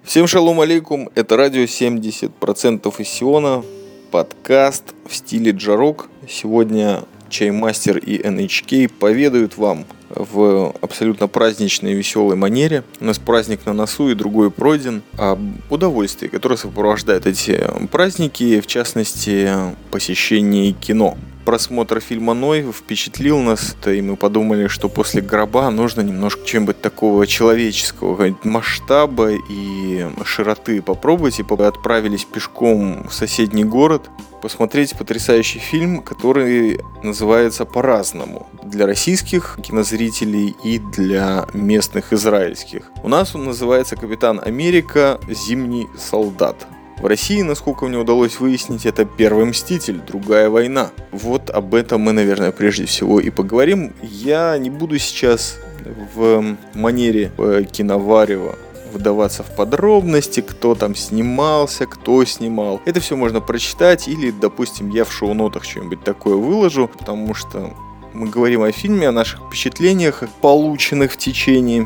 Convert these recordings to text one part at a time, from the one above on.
Всем шалом алейкум, это радио 70% из Сиона, подкаст в стиле джарок. Сегодня Чаймастер и NHK поведают вам в абсолютно праздничной и веселой манере. У нас праздник на носу и другой пройден. Об удовольствии, которое сопровождает эти праздники, в частности, посещение кино. Просмотр фильма «Ной» впечатлил нас, и мы подумали, что после «Гроба» нужно немножко чем-нибудь такого человеческого масштаба и широты попробовать, и отправились пешком в соседний город посмотреть потрясающий фильм, который называется по-разному для российских кинозрителей и для местных израильских. У нас он называется «Капитан Америка. Зимний солдат». В России, насколько мне удалось выяснить, это «Первый мститель. Другая война». Вот об этом мы, наверное, прежде всего и поговорим. Я не буду сейчас в манере киноварева вдаваться в подробности, кто там снимался, кто снимал. Это все можно прочитать или, допустим, я в шоу-нотах что-нибудь такое выложу, потому что мы говорим о фильме, о наших впечатлениях, полученных в течение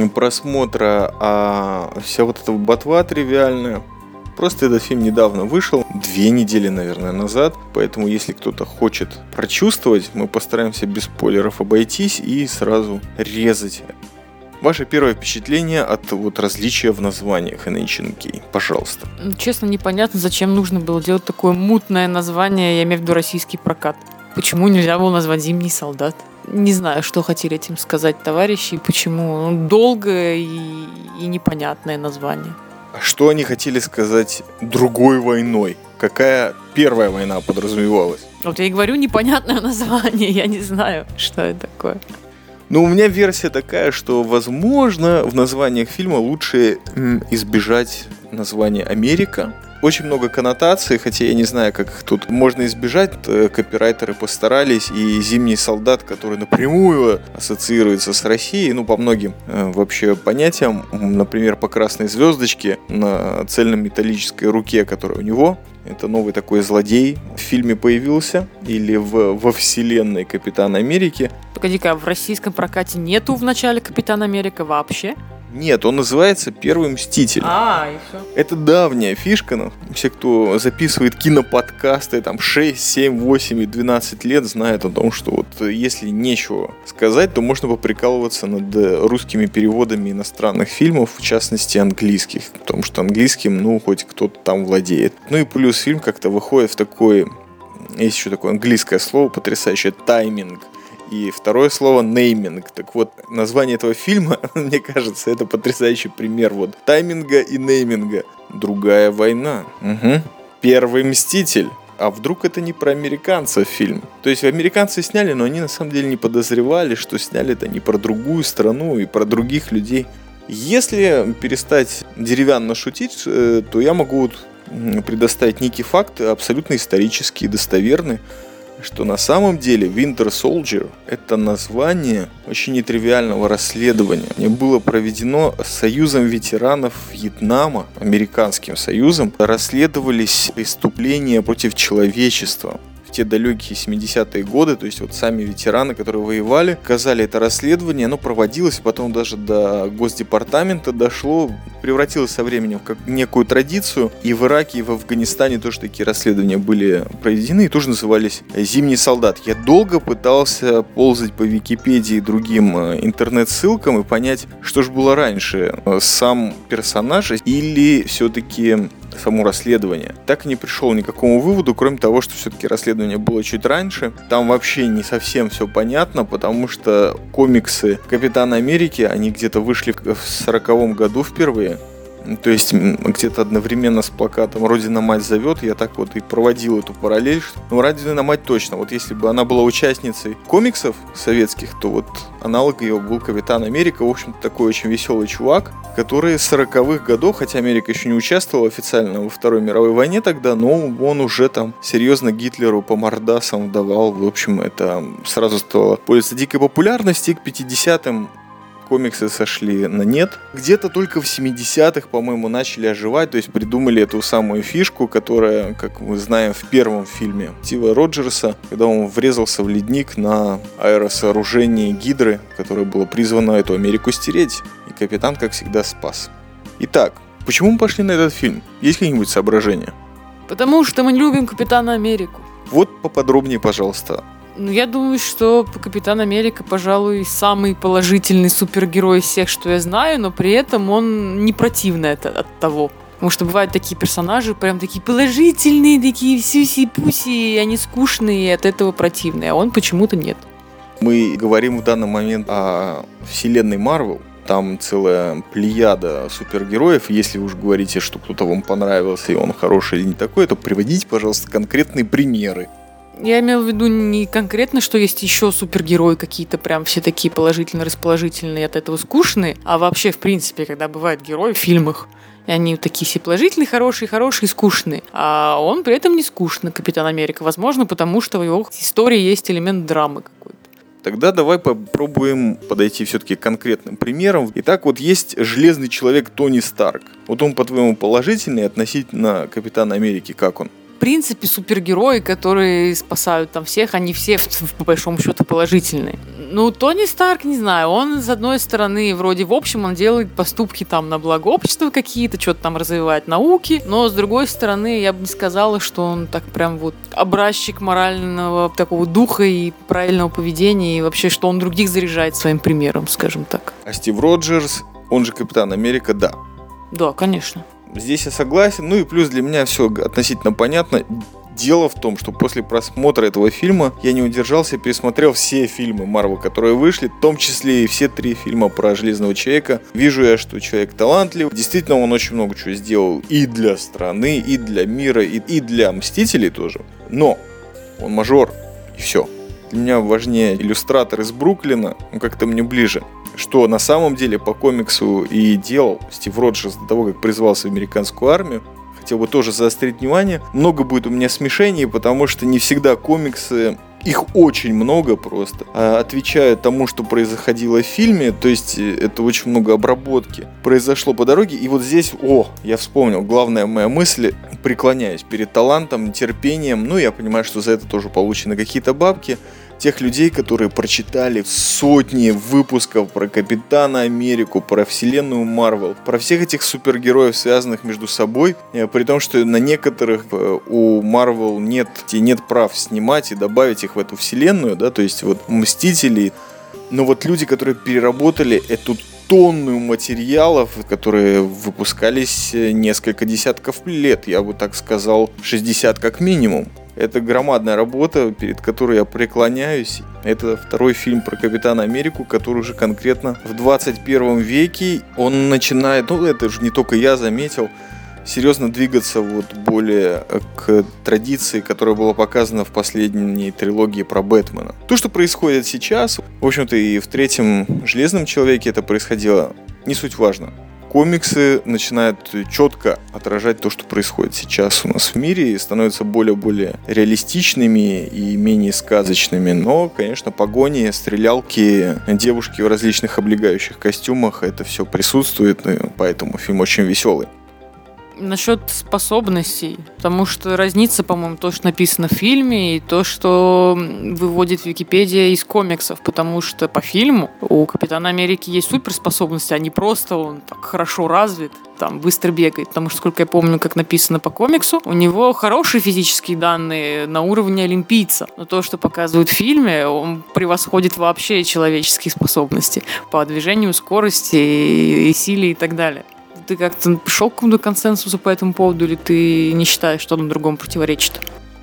просмотра, а вся вот эта ботва тривиальная. Просто этот фильм недавно вышел, 2 недели, наверное, назад, поэтому если кто-то хочет прочувствовать, мы постараемся без спойлеров обойтись и сразу резать. Ваше первое впечатление от различия в названиях NHK, пожалуйста. Честно, непонятно, зачем нужно было делать такое мутное название, я имею в виду российский прокат. Почему нельзя было назвать «Зимний солдат»? Не знаю, что хотели этим сказать товарищи, почему долгое и непонятное название. Что они хотели сказать другой войной? Какая первая война подразумевалась? Вот я и говорю, непонятное название, я не знаю, что это такое. У меня версия такая, что, возможно, в названиях фильма лучше избежать названия «Америка». Очень много коннотаций, хотя я не знаю, как их тут можно избежать. Копирайтеры постарались, и «Зимний солдат», который напрямую ассоциируется с Россией, по многим вообще понятиям, например, по красной звездочке на цельнометаллической руке, которая у него. Это новый такой злодей в фильме появился, или во вселенной Капитана Америки. Погоди-ка, в российском прокате нету в начале Капитана Америка вообще? Нет, он называется «Первый мститель». И все. Это давняя фишка. Все, кто записывает киноподкасты 6, 7, 8 и 12 лет, знают о том, что если нечего сказать, то можно поприкалываться над русскими переводами иностранных фильмов, в частности английских, потому что английским, хоть кто-то там владеет. И плюс фильм как-то выходит в такой, есть еще такое английское слово потрясающее, тайминг. И второе слово «нейминг». Так вот, название этого фильма, мне кажется, это потрясающий пример тайминга и нейминга. Другая война. Угу. Первый мститель. А вдруг это не про американцев фильм? То есть американцы сняли, но они на самом деле не подозревали, что сняли это не про другую страну и про других людей. Если перестать деревянно шутить, то я могу предоставить некий факт, абсолютно исторический и достоверный, что на самом деле Winter Soldier – это название очень нетривиального расследования. Было проведено Союзом ветеранов Вьетнама, американским союзом. Расследовались преступления против человечества в те далекие 70-е годы, то есть сами ветераны, которые воевали, сказали, это расследование, оно проводилось, потом даже до Госдепартамента дошло, превратилось со временем в некую традицию, и в Ираке, и в Афганистане тоже такие расследования были проведены, и тоже назывались «Зимний солдат». Я долго пытался ползать по Википедии и другим интернет-ссылкам и понять, что же было раньше, сам персонаж или все-таки само расследование. Так и не пришел ни к какому выводу, кроме того, что все-таки расследование было чуть раньше. Там вообще не совсем все понятно, потому что комиксы Капитана Америки, они где-то вышли в 40-м году впервые. То есть где-то одновременно с плакатом «Родина-мать зовет», я так и проводил эту параллель. «Родина-мать» точно. Если бы она была участницей комиксов советских, то аналог ее был Капитан Америка. В общем-то, такой очень веселый чувак, который с 40-х годов, хотя Америка еще не участвовала официально во Второй мировой войне тогда, но он уже серьезно Гитлеру по мордасам давал. В общем, это сразу стало пользоваться дикой популярностью. К 50-м комиксы сошли на нет. Где-то только в 70-х, по-моему, начали оживать, то есть придумали эту самую фишку, которая, как мы знаем, в первом фильме Стива Роджерса, когда он врезался в ледник на аэросооружении Гидры, которое было призвано эту Америку стереть. И капитан, как всегда, спас. Итак, Почему мы пошли на этот фильм? Есть какие-нибудь соображения? Потому что мы любим Капитана Америку. Вот поподробнее, пожалуйста. Я думаю, что Капитан Америка, пожалуй, самый положительный супергерой из всех, что я знаю, но при этом он не противный от того. Потому что бывают такие персонажи, прям такие положительные, такие сюси-пуси, и они скучные, и от этого противные, а он почему-то нет. Мы говорим в данный момент о вселенной Марвел. Там целая плеяда супергероев. Если уж говорите, что кто-то вам понравился, и он хороший или не такой, то приводите, пожалуйста, конкретные примеры. Я имел в виду не конкретно, что есть еще супергерои какие-то прям все такие положительно-расположительные, от этого скучные, а вообще, в принципе, когда бывают герои в фильмах, и они такие все положительные, хорошие, скучные. А он при этом не скучный, Капитан Америка. Возможно, потому что в его истории есть элемент драмы какой-то. Тогда давай попробуем подойти все-таки к конкретным примерам. Итак, вот есть Железный человек Тони Старк. Вот он, по-твоему, положительный относительно Капитана Америки, как он? В принципе, супергерои, которые спасают там всех, они все, по большому счету, положительные. Ну, Тони Старк, не знаю, он, с одной стороны, вроде, в общем, он делает поступки там на благо общества какие-то, что-то там развивает науки, но, с другой стороны, я бы не сказала, что он так прям вот образчик морального такого духа и правильного поведения, и вообще, что он других заряжает своим примером, скажем так. А Стив Роджерс, он же Капитан Америка, да. Да, конечно. Здесь я согласен. Ну и плюс для меня все относительно понятно. Дело в том, что после просмотра этого фильма я не удержался и пересмотрел все фильмы Марвел, которые вышли, в том числе и все 3 фильма про Железного человека. Вижу я, что человек талантлив. Действительно, он очень много чего сделал и для страны, и для мира, и для Мстителей тоже. Но он мажор, и все. Для меня важнее иллюстратор из Бруклина, он как-то мне ближе. Что на самом деле по комиксу и делал Стив Роджерс до того, как призвался в американскую армию. Хотел бы тоже заострить внимание. Много будет у меня смешений, потому что не всегда комиксы, их очень много просто, отвечают тому, что происходило в фильме. То есть это очень много обработки произошло по дороге. И вот здесь, я вспомнил, главная моя мысль, преклоняюсь перед талантом, терпением. Ну, я понимаю, что за это тоже получены какие-то бабки. Тех людей, которые прочитали сотни выпусков про Капитана Америку, про вселенную Марвел, про всех этих супергероев, связанных между собой, при том, что на некоторых у Марвел нет прав снимать и добавить их в эту вселенную, да, то есть вот Мстители, но вот люди, которые переработали эту тонну материалов, которые выпускались несколько десятков лет, я бы так сказал, 60 как минимум. Это громадная работа, перед которой я преклоняюсь. Это 2-й фильм про Капитана Америку, который уже конкретно в 21 веке. Он начинает, это же не только я заметил, серьезно двигаться вот более к традиции, которая была показана в последней трилогии про Бэтмена. То, что происходит сейчас, в общем-то и в 3-м Железном человеке это происходило, не суть важно. Комиксы начинают четко отражать то, что происходит сейчас у нас в мире, и становятся более реалистичными и менее сказочными. Но, конечно, погони, стрелялки, девушки в различных облегающих костюмах, это все присутствует, и поэтому фильм очень веселый. Насчет способностей, потому что разница, по-моему, то, что написано в фильме, и то, что выводит Википедия из комиксов, потому что по фильму у Капитана Америки есть суперспособности, а не просто он так хорошо развит, там быстро бегает, потому что, сколько я помню, как написано по комиксу, у него хорошие физические данные на уровне олимпийца, но то, что показывают в фильме, он превосходит вообще человеческие способности по движению, скорости и силе и так далее. Ты как-то пришел к какому-то консенсусу по этому поводу, или ты не считаешь, что одно другому противоречит?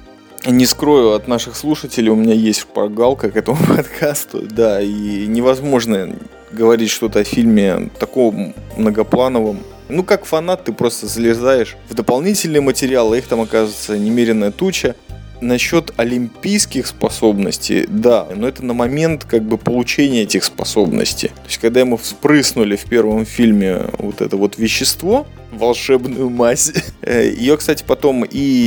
Не скрою от наших слушателей, у меня есть шпаргалка к этому подкасту, да, и невозможно говорить что-то о фильме таком многоплановом. Ну, как фанат, ты просто залезаешь в дополнительные материалы, их там оказывается немеренная туча. Насчет олимпийских способностей, да, но это на момент как бы получения этих способностей. То есть, когда ему вспрыснули в первом фильме вот это вот вещество, волшебную мазь, ее, кстати, потом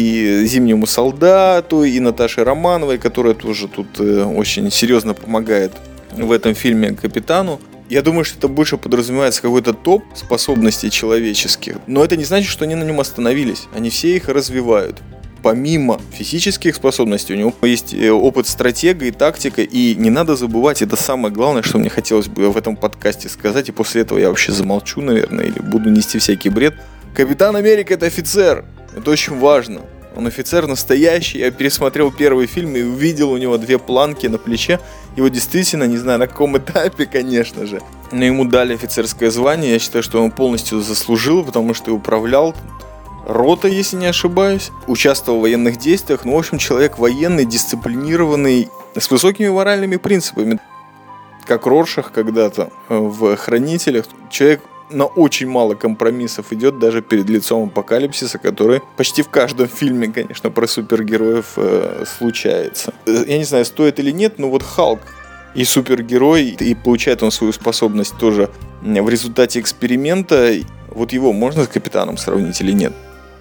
и Зимнему солдату, и Наташе Романовой, которая тоже тут очень серьезно помогает в этом фильме капитану. Я думаю, что это больше подразумевается какой-то топ способностей человеческих, но это не значит, что они на нем остановились, они все их развивают. Помимо физических способностей, у него есть опыт стратега и тактика, и не надо забывать, это самое главное, что мне хотелось бы в этом подкасте сказать, и после этого я вообще замолчу, наверное, или буду нести всякий бред. Капитан Америка — это офицер. Это очень важно. Он офицер настоящий. Я пересмотрел первый фильм и увидел у него 2 планки на плече. Его действительно, не знаю на каком этапе, конечно же, но ему дали офицерское звание. Я считаю, что он полностью заслужил, потому что управлял ротой, если не ошибаюсь. Участвовал в военных действиях. Ну, в общем, человек военный, дисциплинированный, с высокими моральными принципами. Как Роршах когда-то в «Хранителях». Человек на очень мало компромиссов идет даже перед лицом апокалипсиса, который почти в каждом фильме, конечно, про супергероев случается. Я не знаю, стоит или нет, но вот Халк и супергерой, и получает он свою способность тоже в результате эксперимента. Вот его можно с Капитаном сравнить или нет?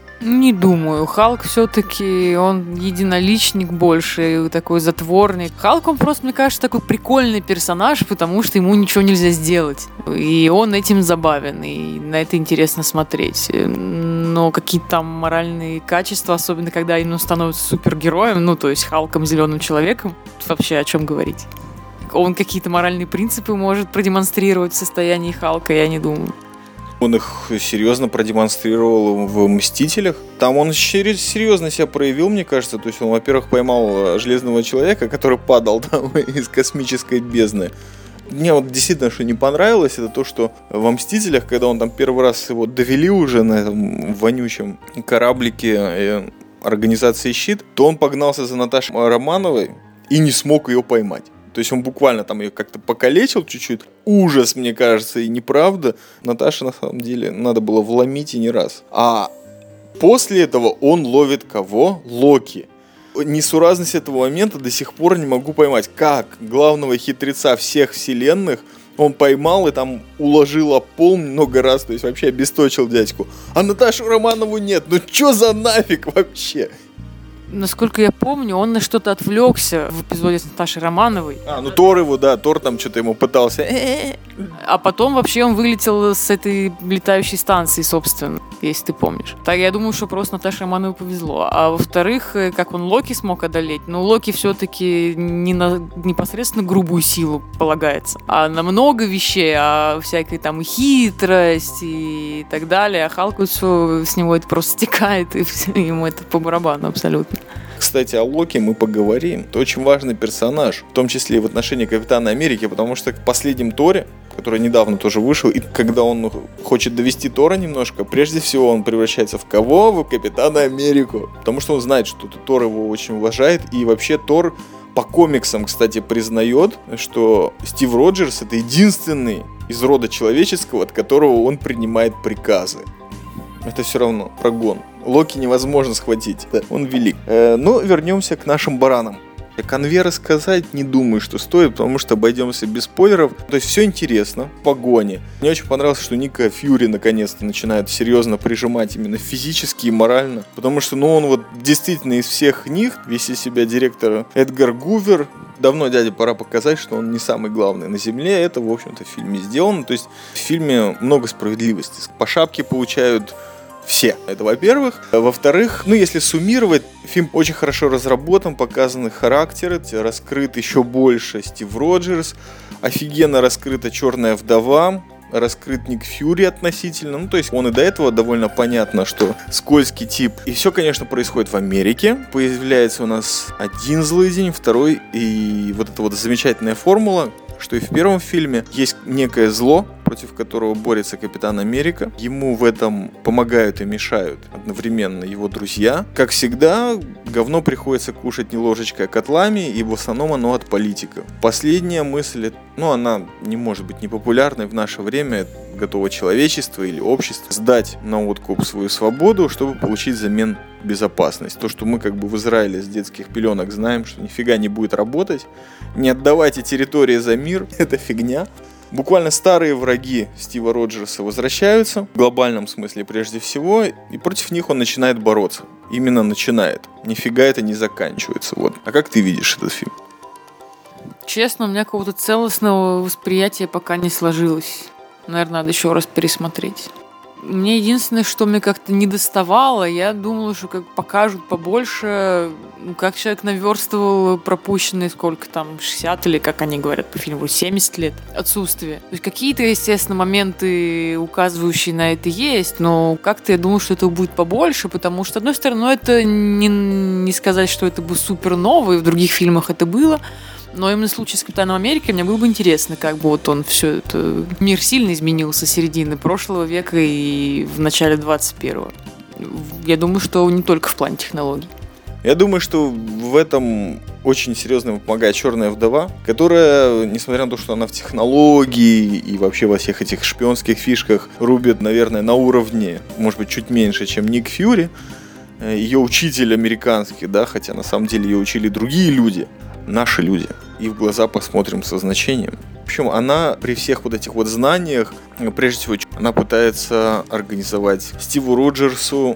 Не думаю. Халк все-таки, он единоличник больше, такой затворник. Халк, он просто, мне кажется, такой прикольный персонаж, потому что ему ничего нельзя сделать. И он этим забавен, и на это интересно смотреть. Но какие-то там моральные качества, особенно когда он становится супергероем, ну, то есть Халком, зеленым человеком, вообще о чем говорить? Он какие-то моральные принципы может продемонстрировать в состоянии Халка, я не думаю. Он их серьезно продемонстрировал в «Мстителях». Там он серьезно себя проявил, мне кажется. То есть он, во-первых, поймал Железного Человека, который падал там из космической бездны. Мне вот действительно, что не понравилось, это то, что во «Мстителях», когда он там первый раз его довели уже на этом вонючем кораблике организации «Щит», то он погнался за Наташей Романовой и не смог ее поймать. То есть он буквально там ее как-то покалечил чуть-чуть. Ужас, мне кажется, и неправда. Наташе, на самом деле, надо было вломить и не раз. А после этого он ловит кого? Локи. Несуразность этого момента до сих пор не могу поймать. Как главного хитреца всех вселенных он поймал и там уложил об пол много раз. То есть вообще обесточил дядьку. А Наташу Романову нет. Ну чё за нафиг вообще? Насколько я помню, он на что-то отвлекся в эпизоде с Наташей Романовой. Тор его, да, Тор там что-то ему пытался. А потом вообще он вылетел с этой летающей станции, собственно, если ты помнишь. Так я думаю, что просто Наташе Романовой повезло. А во-вторых, как он Локи смог одолеть? Ну, Локи все-таки не на непосредственно грубую силу полагается, а на много вещей, а всякой там хитрость и так далее. А Халку все с него это просто стекает, и ему это по барабану абсолютно. Кстати, о Локи мы поговорим. Это очень важный персонаж, в том числе и в отношении Капитана Америки, потому что в последнем Торе, который недавно тоже вышел, и когда он хочет довести Тора немножко, прежде всего он превращается в кого? В Капитана Америку. Потому что он знает, что Тор его очень уважает, и вообще Тор по комиксам, кстати, признает, что Стив Роджерс — это единственный из рода человеческого, от которого он принимает приказы. Это все равно прогон. Локи невозможно схватить. Да, он велик. Но вернемся к нашим баранам. Конвейеры сказать не думаю, что стоит, потому что обойдемся без спойлеров. То есть все интересно. Погони. Мне очень понравилось, что Ника Фьюри наконец-то начинает серьезно прижимать именно физически и морально. Потому что, он вот действительно из всех них, весь из себя директор Эдгар Гувер, давно дяде пора показать, что он не самый главный на земле. Это, в общем-то, в фильме сделано. То есть в фильме много справедливости. По шапке получают все. Это во-первых. Во-вторых, если суммировать, фильм очень хорошо разработан, показаны характеры, раскрыт еще больше Стив Роджерс, офигенно раскрыта Черная вдова, раскрыт Ник Фьюри относительно. То есть он и до этого довольно понятно, что скользкий тип. И все, конечно, происходит в Америке. Появляется у нас один злый день, второй, и вот эта вот замечательная формула, что и в первом фильме есть некое зло, против которого борется Капитан Америка. Ему в этом помогают и мешают одновременно его друзья. Как всегда, говно приходится кушать не ложечкой, а котлами, и в основном оно от политиков. Последняя мысль, она не может быть непопулярной в наше время. Готово человечество или общество сдать на откуп свою свободу, чтобы получить взамен безопасность. То, что мы в Израиле с детских пеленок знаем, что нифига не будет работать. Не отдавайте территории за мир, это фигня. Буквально старые враги Стива Роджерса возвращаются, в глобальном смысле прежде всего, и против них он начинает бороться. Именно начинает. Нифига это не заканчивается. Вот. А как ты видишь этот фильм? Честно, у меня какого-то целостного восприятия пока не сложилось. Наверное, надо еще раз пересмотреть. Мне единственное, что мне как-то не доставало, я думала, что как покажут побольше, как человек наверстывал пропущенные, сколько там, 60 или, как они говорят по фильму, 70 лет отсутствия. То есть какие-то, естественно, моменты, указывающие на это, есть, но как-то я думала, что этого будет побольше, потому что, с одной стороны, это не сказать, что это бы супер новое, в других фильмах это было. Но именно в случае с Капитаном Америкой мне было бы интересно, как бы вот он все это... Мир сильно изменился с середины прошлого века и в начале 21-го. Я думаю, что не только в плане технологий. Я думаю, что в этом очень серьезно помогает «Черная вдова», которая, несмотря на то, что она в технологии и вообще во всех этих шпионских фишках рубит, наверное, на уровне, может быть, чуть меньше, чем Ник Фьюри, ее учитель американский, да, хотя на самом деле ее учили другие люди, наши люди, и в глаза посмотрим со значением. В общем, она при всех вот этих вот знаниях, прежде всего, она пытается организовать Стиву Роджерсу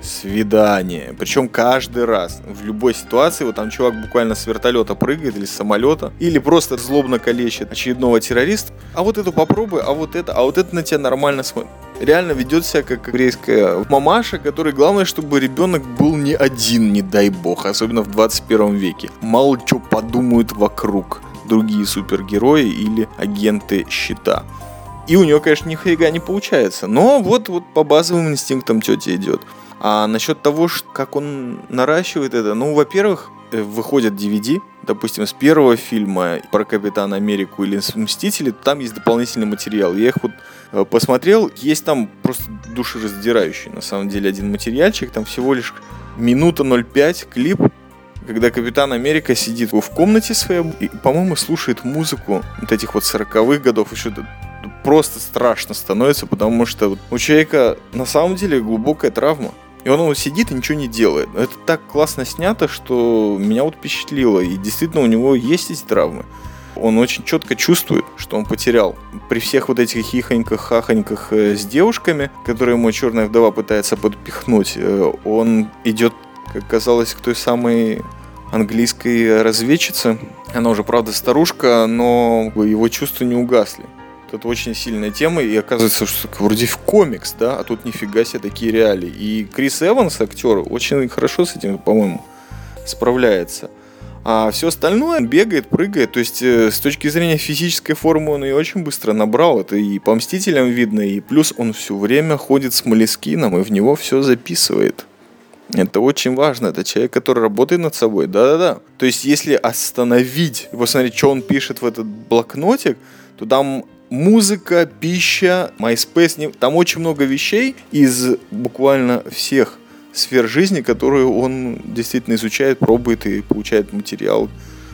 свидание. Причем каждый раз, в любой ситуации, вот там чувак буквально с вертолета прыгает или с самолета, или просто злобно калечит очередного террориста. А вот это попробуй, а вот это на тебя нормально смотрит. Реально ведет себя как еврейская мамаша, которой главное, чтобы ребенок был не один, не дай бог, особенно в 21 веке. Мало что подумают вокруг другие супергерои или агенты щита. И у нее, конечно, нифига не получается, но вот по базовым инстинктам тетя идет. А насчет того, как он наращивает это, ну, во-первых, выходят DVD, допустим, с первого фильма про Капитана Америку или с Мстителей, там есть дополнительный материал. Я их вот посмотрел, есть там просто душераздирающий, на самом деле, один материальчик, там всего лишь минута 0,5 клип, когда Капитан Америка сидит в комнате своей и, по-моему, слушает музыку вот этих вот 40-х годов, еще просто страшно становится, потому что у человека на самом деле глубокая травма. И он вот сидит и ничего не делает. Это так классно снято, что меня вот впечатлило. И действительно у него есть эти травмы. Он очень четко чувствует, что он потерял. При всех вот этих хихоньках-хахоньках с девушками, которые ему «Черная вдова» пытается подпихнуть, он идет, как казалось, к той самой английской разведчице. Она уже, правда, старушка, но его чувства не угасли. Это очень сильная тема, и оказывается, что вроде в комикс, да, а тут нифига себе такие реалии. И Крис Эванс, актер, очень хорошо с этим, по-моему, справляется. А все остальное, он бегает, прыгает, то есть с точки зрения физической формы он ее очень быстро набрал, это и по Мстителям видно, и плюс он все время ходит с Молескином и в него все записывает. Это очень важно, это человек, который работает над собой, да-да-да. То есть если остановить и посмотреть, что он пишет в этот блокнотик, то там музыка, пища, MySpace, там очень много вещей из буквально всех сфер жизни, которые он действительно изучает, пробует и получает материал.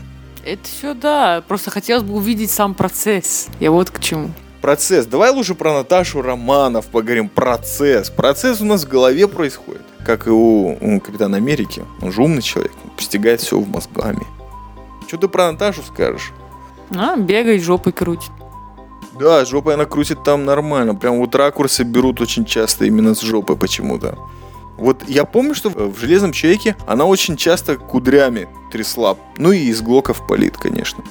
Это все, да. Просто хотелось бы увидеть сам процесс. Я вот к чему. Процесс. Давай лучше про Наташу Романов поговорим. Процесс. Процесс у нас в голове происходит. Как и у Капитана Америки. Он же умный человек. Постигает все в мозгами. Что ты про Наташу скажешь? Бегает, жопой крутит. Да, жопой она крутит там нормально. Прям вот ракурсы берут очень часто именно с жопы почему-то. Вот я помню, что в «Железном человеке» она очень часто кудрями трясла. Ну и из глоков палит, конечно.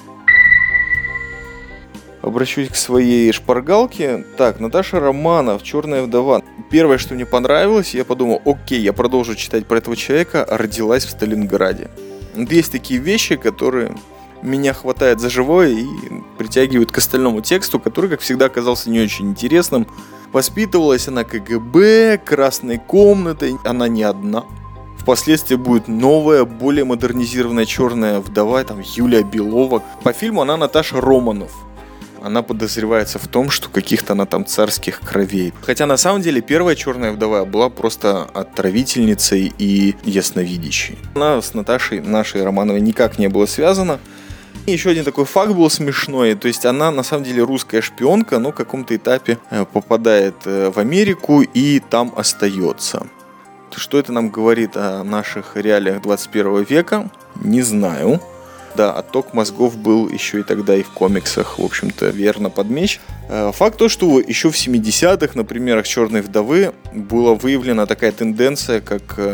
Обращусь к своей шпаргалке. Так, Наташа Романов, «Черная вдова». Первое, что мне понравилось, я подумал, окей, я продолжу читать про этого человека. Родилась в Сталинграде. Вот есть такие вещи, которые меня хватает за живое и притягивают к остальному тексту, который, как всегда, оказался не очень интересным. Воспитывалась она КГБ, красной комнатой, она не одна. Впоследствии будет новая, более модернизированная «Черная вдова», там Юлия Белова. По фильму она Наташа Романов. Она подозревается в том, что каких-то она там царских кровей. Хотя на самом деле первая «Черная вдова» была просто отравительницей и ясновидящей. Она с Наташей нашей Романовой никак не была связана. Еще один такой факт был смешной, то есть она на самом деле русская шпионка, но в каком-то этапе попадает в Америку и там остается. Что это нам говорит о наших реалиях 21 века, не знаю. Да, отток мозгов был еще и тогда и в комиксах, в общем-то, верно подмечен. Факт то, что еще в 70-х на примерах «Черной вдовы» была выявлена такая тенденция, как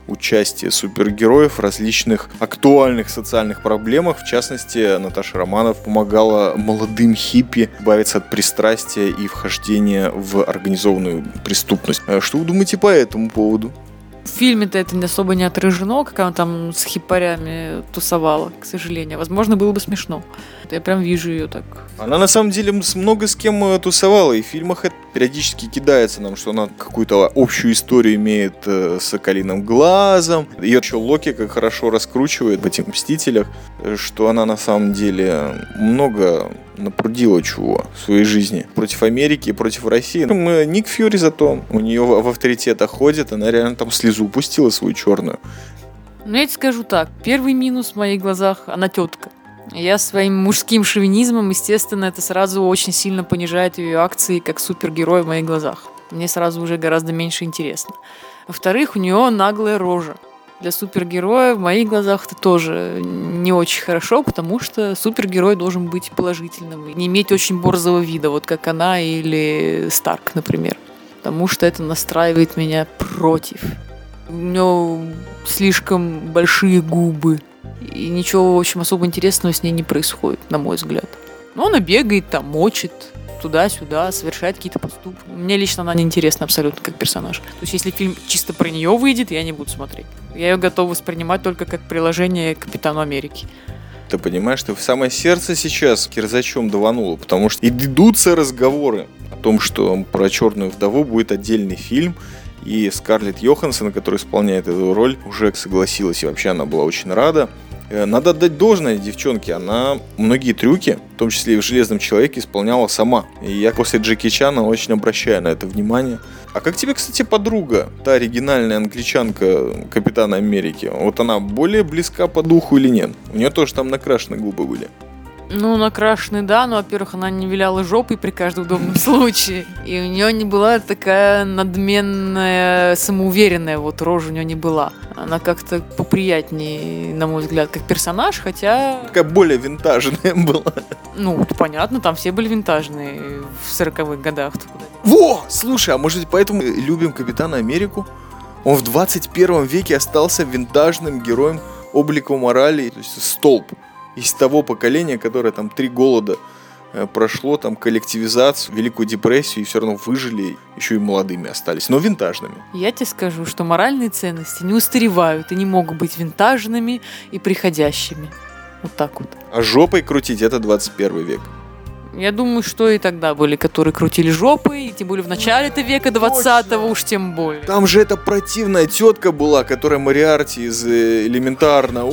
участие супергероев в различных актуальных социальных проблемах. В частности, Наташа Романова помогала молодым хиппи избавиться от пристрастия и вхождения в организованную преступность. Что вы думаете по этому поводу? В фильме-то это особо не отражено, как она там с хипарями тусовала, к сожалению. Возможно, было бы смешно. Я прям вижу ее так. Она на самом деле много с кем тусовала, и в фильмах это периодически кидается нам, что она какую-то общую историю имеет с Соколиным глазом. Ее еще Локи как хорошо раскручивает в этих Мстителях, что она на самом деле много напрудила чего в своей жизни против Америки и против России. Ник Фьюри зато у нее в авторитетах ходит, она реально там слезу пустила свою черную. Ну, я тебе скажу так, первый минус в моих глазах – она тетка. Я своим мужским шовинизмом, естественно, это сразу очень сильно понижает ее акции как супергерой в моих глазах. Мне сразу уже гораздо меньше интересно. Во-вторых, у нее наглая рожа. Для супергероя в моих глазах это тоже не очень хорошо, потому что супергерой должен быть положительным, не иметь очень борзого вида, вот как она или Старк, например. Потому что это настраивает меня против. У нее слишком большие губы. И ничего, в общем, особо интересного с ней не происходит, на мой взгляд. Но она бегает там, мочит туда-сюда, совершает какие-то поступки. Мне лично она неинтересна абсолютно как персонаж. То есть, если фильм чисто про нее выйдет, я не буду смотреть. Я ее готов воспринимать только как приложение к Капитану Америки. Ты понимаешь, что в самое сердце сейчас кирзачом давануло, потому что идутся разговоры о том, что про Черную вдову будет отдельный фильм, и Скарлетт Йоханссон, которая исполняет эту роль, уже согласилась, и вообще она была очень рада. Надо отдать должное девчонке, она многие трюки, в том числе и в «Железном человеке», исполняла сама. И я после Джеки Чана очень обращаю на это внимание. А как тебе, кстати, подруга, та оригинальная англичанка Капитана Америки? Вот она более близка по духу или нет? У нее тоже там накрашены губы были. Ну, накрашенный, да, но, во-первых, она не виляла жопой при каждом удобном случае. И у нее не была такая надменная, самоуверенная вот рожа у нее не была. Она как-то поприятнее, на мой взгляд, как персонаж, хотя... Такая более винтажная была. Ну, понятно, там все были винтажные в 40-х годах. Во! Слушай, а может поэтому любим Капитана Америку? Он в 21 веке остался винтажным героем облика морали, то есть столб. Из того поколения, которое там 3 голода прошло, там коллективизацию, Великую депрессию, и все равно выжили, еще и молодыми остались, но винтажными. Я тебе скажу, что моральные ценности не устаревают и не могут быть винтажными и приходящими. Вот так вот. А жопой крутить — это 21 век. Я думаю, что и тогда были, которые крутили жопой, и тем более в начале-то века 20-го уж тем более. Там же эта противная тетка была, которая Мориарти из «Элементарно».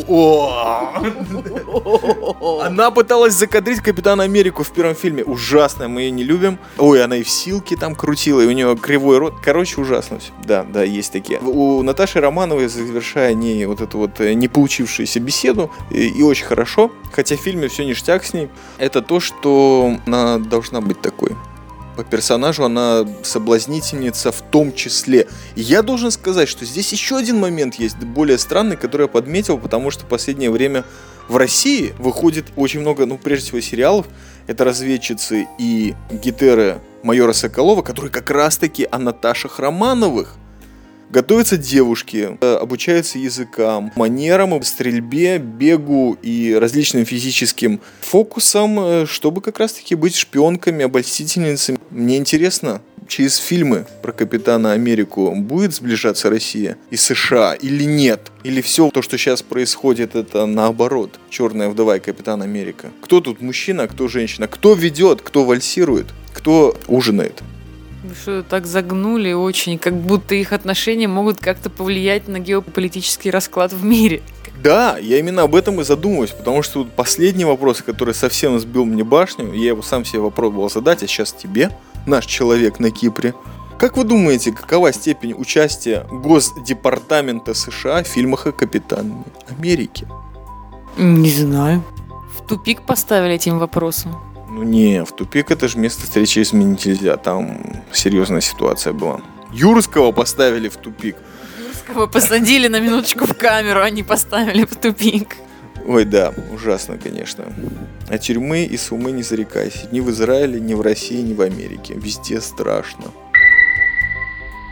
Она пыталась закадрить Капитана Америку в первом фильме. Ужасно, мы ее не любим. Ой, она и в «Силке» там крутила, и у нее кривой рот. Короче, ужасно все. Да, есть такие. У Наташи Романовой, завершая не вот эту вот не получившуюся беседу, и очень хорошо, хотя в фильме все ништяк с ней, это то, что она должна быть такой. По персонажу она соблазнительница в том числе. И я должен сказать, что здесь еще один момент есть, более странный, который я подметил, потому что в последнее время в России выходит очень много, прежде всего, сериалов. Это «Разведчицы» и «Гетеры» майора Соколова, которые как раз-таки о Наташах Романовых. Готовятся девушки, обучаются языкам, манерам, стрельбе, бегу и различным физическим фокусам, чтобы как раз-таки быть шпионками, обольстительницами. Мне интересно, через фильмы про Капитана Америку будет сближаться Россия и США или нет? Или все то, что сейчас происходит, это наоборот? Черная вдова и Капитан Америка. Кто тут мужчина, кто женщина? Кто ведет, кто вальсирует, кто ужинает? Вы что, так загнули очень, как будто их отношения могут как-то повлиять на геополитический расклад в мире. Да, я именно об этом и задумываюсь, потому что последний вопрос, который совсем сбил мне башню, я его сам себе попробовал задать, а сейчас тебе, наш человек на Кипре. Как вы думаете, какова степень участия Госдепартамента США в фильмах о Капитане Америки? Не знаю. В тупик поставили этим вопросом. Не, в тупик это же место встречи изменить нельзя, там серьезная ситуация была. Юрского поставили в тупик. Юрского посадили на минуточку в камеру, а не поставили в тупик. Ой, да, ужасно, конечно. А тюрьмы и сумы не зарекайся. Ни в Израиле, ни в России, ни в Америке. Везде страшно.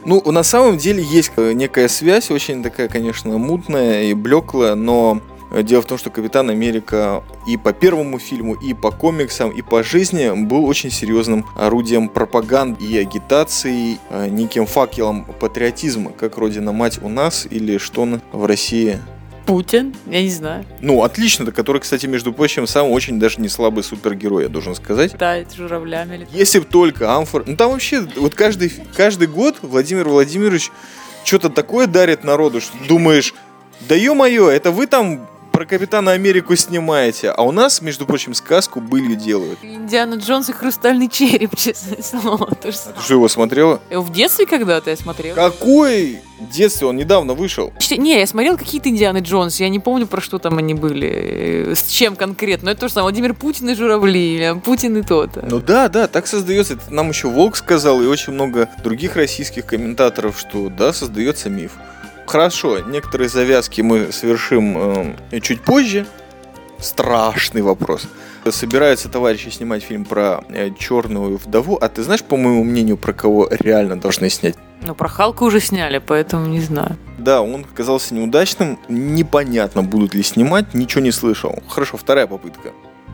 Ну, на самом деле есть некая связь, очень такая, конечно, мутная и блеклая, но дело в том, что Капитан Америка и по первому фильму, и по комиксам, и по жизни был очень серьезным орудием пропаганды и агитации, неким факелом патриотизма, как Родина-мать у нас или что в России. Путин? Я не знаю. Ну, отлично, который, кстати, между прочим, сам очень даже не слабый супергерой, я должен сказать. Да, это журавлями летает. Если бы только амфор... Ну, там вообще, вот каждый год Владимир Владимирович что-то такое дарит народу, что думаешь, да ё-моё, это вы там про Капитана Америку снимаете, а у нас, между прочим, сказку былью делают. Индиана Джонс и Хрустальный череп, честное слово. То же самое. Ты что, его смотрела? В детстве когда-то я смотрела. Какой детстве? Он недавно вышел. Не, я смотрел какие-то Индианы Джонс, я не помню, про что там они были, с чем конкретно. Но это то же самое, Владимир Путин и журавли, или Путин и тот. Ну да, так создается. Это нам еще Волк сказал, и очень много других российских комментаторов, что да, создается миф. Хорошо, некоторые завязки мы совершим чуть позже. Страшный вопрос. Собираются товарищи снимать фильм про черную вдову, а ты знаешь, по моему мнению, про кого реально должны снять? Ну, про Халка уже сняли, поэтому не знаю. Да, он оказался неудачным. Непонятно, будут ли снимать, ничего не слышал. Хорошо, вторая попытка.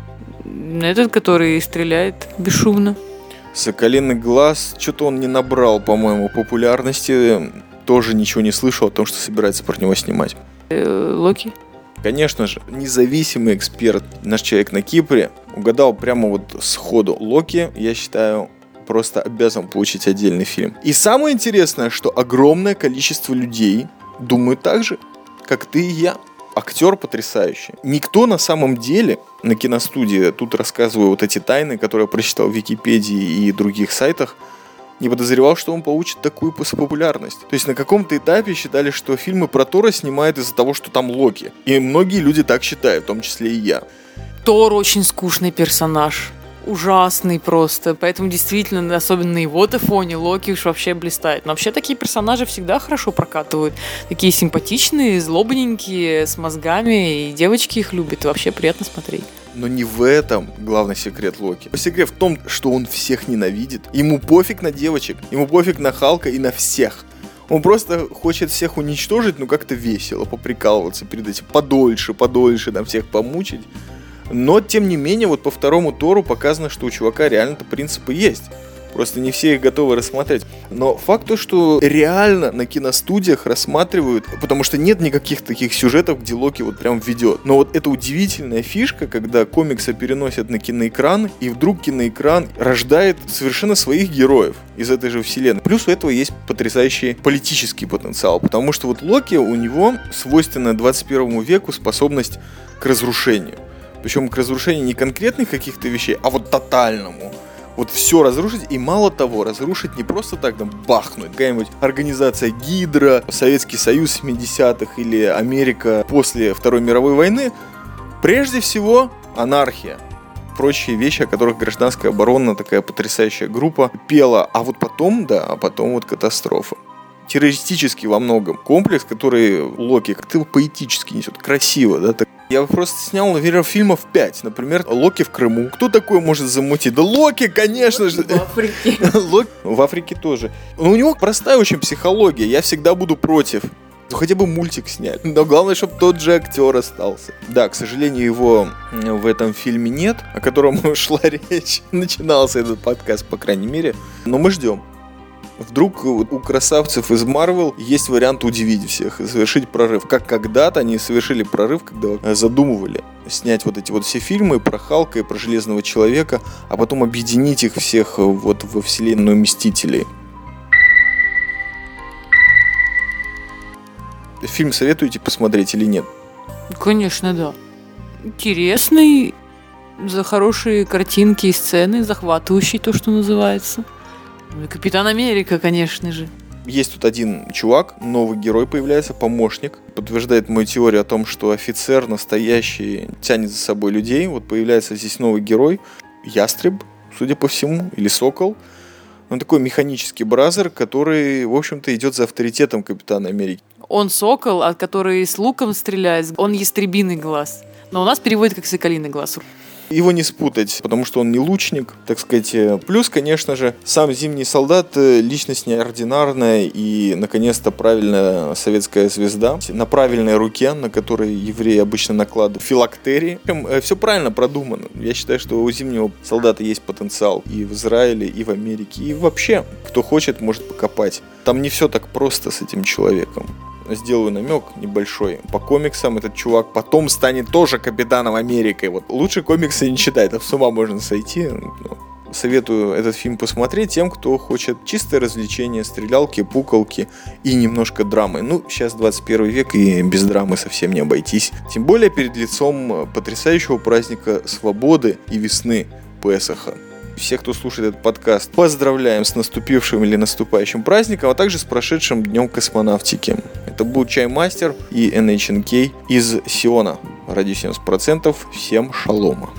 Этот, который стреляет бесшумно. Соколиный глаз. Что-то он не набрал, по-моему, популярности. Тоже ничего не слышал о том, что собирается про него снимать. Локи? Конечно же, независимый эксперт, наш человек на Кипре, угадал прямо вот сходу. Локи, я считаю, просто обязан получить отдельный фильм. И самое интересное, что огромное количество людей думают так же, как ты и я. Актер потрясающий. Никто на самом деле на киностудии, тут рассказываю вот эти тайны, которые я прочитал в Википедии и других сайтах, не подозревал, что он получит такую популярность. То есть на каком-то этапе считали, что фильмы про Тора снимают из-за того, что там Локи. И многие люди так считают, в том числе и я. Тор очень скучный персонаж. Ужасный просто. Поэтому действительно, особенно на его-то фоне, Локи уж вообще блистает. Но вообще такие персонажи всегда хорошо прокатывают. Такие симпатичные, злобненькие, с мозгами. И девочки их любят. И вообще приятно смотреть. Но не в этом главный секрет Локи. Секрет в том, что он всех ненавидит. Ему пофиг на девочек, ему пофиг на Халка и на всех. Он просто хочет всех уничтожить, но как-то весело, поприкалываться перед этим. Подольше, там всех помучить. Но, тем не менее, вот по второму Тору показано, что у чувака реально-то принципы есть. Просто не все их готовы рассмотреть. Но факт то, что реально на киностудиях рассматривают, потому что нет никаких таких сюжетов, где Локи вот прям ведет. Но вот это удивительная фишка, когда комиксы переносят на киноэкран, и вдруг киноэкран рождает совершенно своих героев из этой же вселенной. Плюс у этого есть потрясающий политический потенциал, потому что вот Локи, у него свойственна 21 веку способность к разрушению. Причем к разрушению не конкретных каких-то вещей, а вот тотальному. Вот все разрушить, и мало того, разрушить не просто так, там, бахнуть. Какая-нибудь организация Гидра, Советский Союз 70-х или Америка после Второй мировой войны. Прежде всего, анархия. Прочие вещи, о которых гражданская оборона, такая потрясающая группа, пела. А вот потом, потом вот катастрофа. Террористический во многом комплекс, который Локи как-то поэтически несет, красиво, да, так. Я просто снял, наверное, фильмов 5. Например, Локи в Крыму. Кто такой может замутить? Да Локи, конечно же. В Африке. В Африке тоже. Но у него простая очень психология. Я всегда буду против. Ну, хотя бы мультик снять. Но главное, чтобы тот же актер остался. Да, к сожалению, его в этом фильме нет, о котором шла речь. Начинался этот подкаст, по крайней мере. Но мы ждем. Вдруг у красавцев из Marvel есть вариант удивить всех и совершить прорыв. Как когда-то они совершили прорыв, когда задумывали снять вот эти вот все фильмы про Халка и про Железного Человека, а потом объединить их всех вот во вселенную Мстителей. Фильм советуете посмотреть или нет? Конечно, да. Интересный, за хорошие картинки и сцены, захватывающий, то, что называется. Ну и Капитан Америка, конечно же. Есть тут один чувак, новый герой появляется, помощник. Подтверждает мою теорию о том, что офицер настоящий тянет за собой людей. Вот появляется здесь новый герой. Ястреб, судя по всему, или Сокол. Он такой механический бразер, который, в общем-то, идет за авторитетом Капитана Америки. Он Сокол, который с луком стреляет. Он ястребиный глаз. Но у нас переводит как соколиный глаз. Его не спутать, потому что он не лучник, так сказать. Плюс, конечно же, сам Зимний солдат личность неординарная и, наконец-то, правильная советская звезда на правильной руке, на которой евреи обычно накладывают филактерии. Все правильно продумано. Я считаю, что у Зимнего солдата есть потенциал и в Израиле, и в Америке, и вообще, кто хочет, может покопать. Там не все так просто с этим человеком. Сделаю намек небольшой. По комиксам этот чувак потом станет тоже Капитаном Америкой. Вот лучше комиксы не читать, там с ума можно сойти. Советую этот фильм посмотреть тем, кто хочет чистое развлечение, стрелялки, пукалки и немножко драмы. Сейчас 21 век, и без драмы совсем не обойтись. Тем более перед лицом потрясающего праздника свободы и весны Песаха. Всех, кто слушает этот подкаст, поздравляем с наступившим или наступающим праздником, а также с прошедшим днем космонавтики. Это был Чаймастер и NHNK из Сиона. Радио 70%. Всем шалома.